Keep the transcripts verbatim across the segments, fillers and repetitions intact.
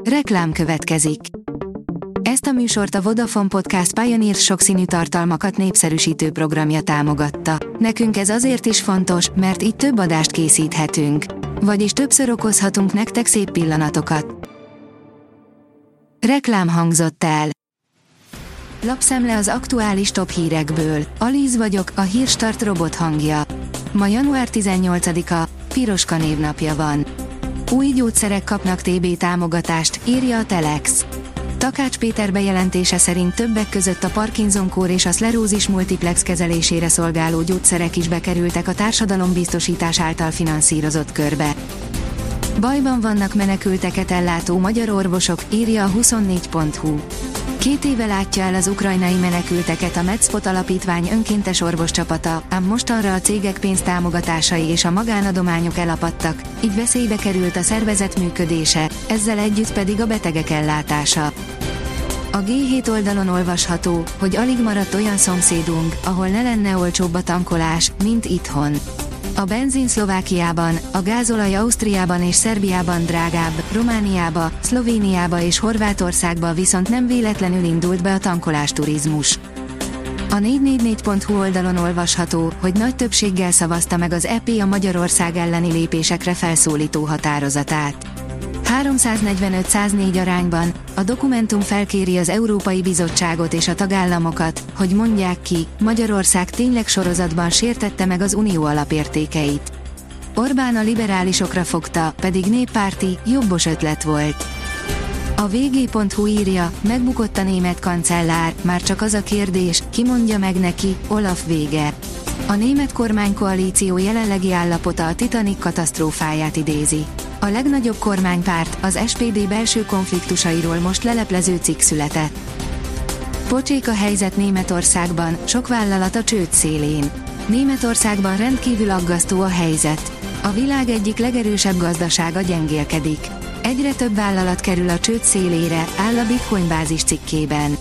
Reklám következik. Ezt a műsort a Vodafone Podcast Pioneer sokszínű tartalmakat népszerűsítő programja támogatta. Nekünk ez azért is fontos, mert így több adást készíthetünk. Vagyis többször okozhatunk nektek szép pillanatokat. Reklám hangzott el. Lapszemle az aktuális top hírekből. Alíz vagyok, a Hírstart robot hangja. Ma január tizennyolcadika, Piroska névnapja van. Új gyógyszerek kapnak té bé támogatást, írja a Telex. Takács Péter bejelentése szerint többek között a Parkinson-kór és a szlerózis multiplex kezelésére szolgáló gyógyszerek is bekerültek a társadalombiztosítás által finanszírozott körbe. Bajban vannak menekülteket ellátó magyar orvosok, írja a huszonnégy pont hu. Két éve látja el az ukrajnai menekülteket a Medspot alapítvány önkéntes orvoscsapata, ám mostanra a cégek pénztámogatásai és a magánadományok elapadtak, így veszélybe került a szervezet működése, ezzel együtt pedig a betegek ellátása. A gé hét oldalon olvasható, hogy alig maradt olyan szomszédunk, ahol ne lenne olcsóbb a tankolás, mint itthon. A benzin Szlovákiában, a gázolaj Ausztriában és Szerbiában drágább, Romániába, Szlovéniába és Horvátországba viszont nem véletlenül indult be a tankolásturizmus. A négy négy négy pont hu oldalon olvasható, hogy nagy többséggel szavazta meg az é pé a Magyarország elleni lépésekre felszólító határozatát. háromszáznegyvenöt száznégy arányban a dokumentum felkéri az Európai Bizottságot és a tagállamokat, hogy mondják ki, Magyarország tényleg sorozatban sértette meg az unió alapértékeit. Orbán a liberálisokra fogta, pedig néppárti, jobbos ötlet volt. A vé gé pont hu írja, megbukott a német kancellár, már csak az a kérdés, ki mondja meg neki, Olaf vége. A német kormánykoalíció jelenlegi állapota a Titanic katasztrófáját idézi. A legnagyobb kormánypárt, az es pé dé belső konfliktusairól most leleplező cikk született. Pocsék a helyzet Németországban, sok vállalat a csőd szélén. Németországban rendkívül aggasztó a helyzet. A világ egyik legerősebb gazdasága gyengélkedik. Egyre több vállalat kerül a csőd szélére, áll a Bitcoin bázis cikkében.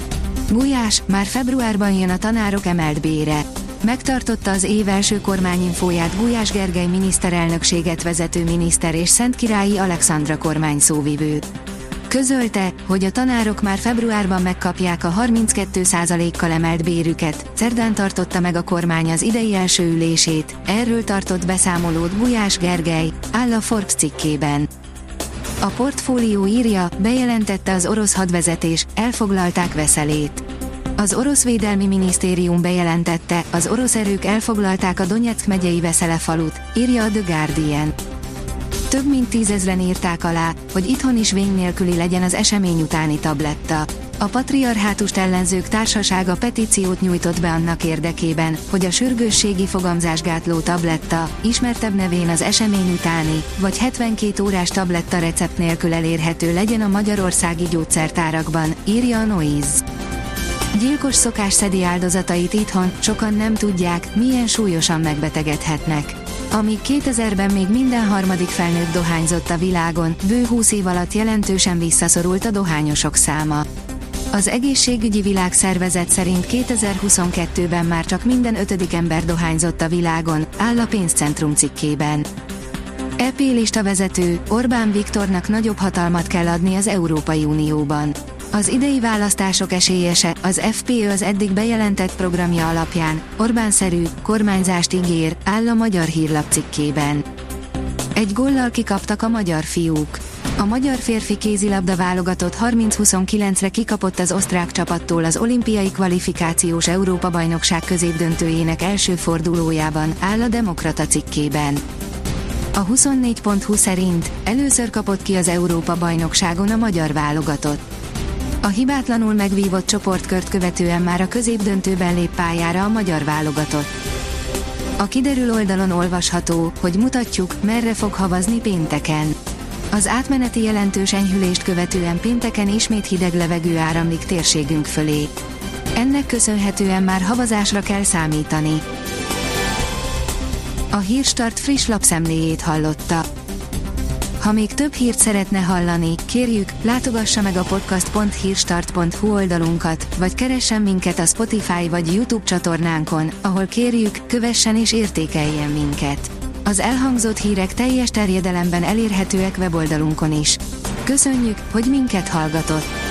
Gulyás, már februárban jön a tanárok emelt bére. Megtartotta az év első kormányinfóját Gulyás Gergely miniszterelnökséget vezető miniszter és Szentkirályi Alexandra kormány szóvivő. Közölte, hogy a tanárok már februárban megkapják a harminckét százalékkal emelt bérüket, szerdán tartotta meg a kormány az idei első ülését, erről tartott beszámolót Gulyás Gergely, áll a Forbes cikkében. A Portfólió írja, bejelentette az orosz hadvezetés, elfoglalták Veszelét. Az orosz védelmi minisztérium bejelentette, az orosz erők elfoglalták a Donyeck megyei Veszele falut, írja a The Guardian. Több mint tízezren írták alá, hogy itthon is vény nélküli legyen az esemény utáni tabletta. A patriarhátust ellenzők társasága petíciót nyújtott be annak érdekében, hogy a sürgősségi fogamzásgátló tabletta, ismertebb nevén az esemény utáni, vagy hetvenkét órás tabletta recept nélkül elérhető legyen a magyarországi gyógyszertárakban, írja a Noise. Gyilkos szokás szedi áldozatait itthon, sokan nem tudják, milyen súlyosan megbetegedhetnek. Amíg kétezerben még minden harmadik felnőtt dohányzott a világon, bő húsz év alatt jelentősen visszaszorult a dohányosok száma. Az Egészségügyi Világszervezet szerint kétezer-huszonkettőben már csak minden ötödik ember dohányzott a világon, áll a Pénzcentrum cikkében. é pé lista vezető, Orbán Viktornak nagyobb hatalmat kell adni az Európai Unióban. Az idei választások esélyese, az ef pé ö az eddig bejelentett programja alapján, Orbán-szerű, kormányzást ígér, áll a Magyar Hírlap cikkében. Egy góllal kikaptak a magyar fiúk. A magyar férfi kézilabda válogatott harminc huszonkilencre kikapott az osztrák csapattól az olimpiai kvalifikációs Európa-bajnokság középdöntőjének első fordulójában, áll a Demokrata cikkében. A huszonnégy pont hu szerint először kapott ki az Európa-bajnokságon a magyar válogatott. A hibátlanul megvívott csoportkört követően már a középdöntőben lép pályára a magyar válogatott. A kiderül oldalon olvasható, hogy mutatjuk, merre fog havazni pénteken. Az átmeneti jelentős enyhülést követően pénteken ismét hideg levegő áramlik térségünk fölé. Ennek köszönhetően már havazásra kell számítani. A Hírstart friss lapszemléjét hallotta. Ha még több hírt szeretne hallani, kérjük, látogassa meg a podcast pont hírstart pont hu oldalunkat, vagy keressen minket a Spotify vagy YouTube csatornánkon, ahol kérjük, kövessen és értékeljen minket. Az elhangzott hírek teljes terjedelemben elérhetőek weboldalunkon is. Köszönjük, hogy minket hallgatott!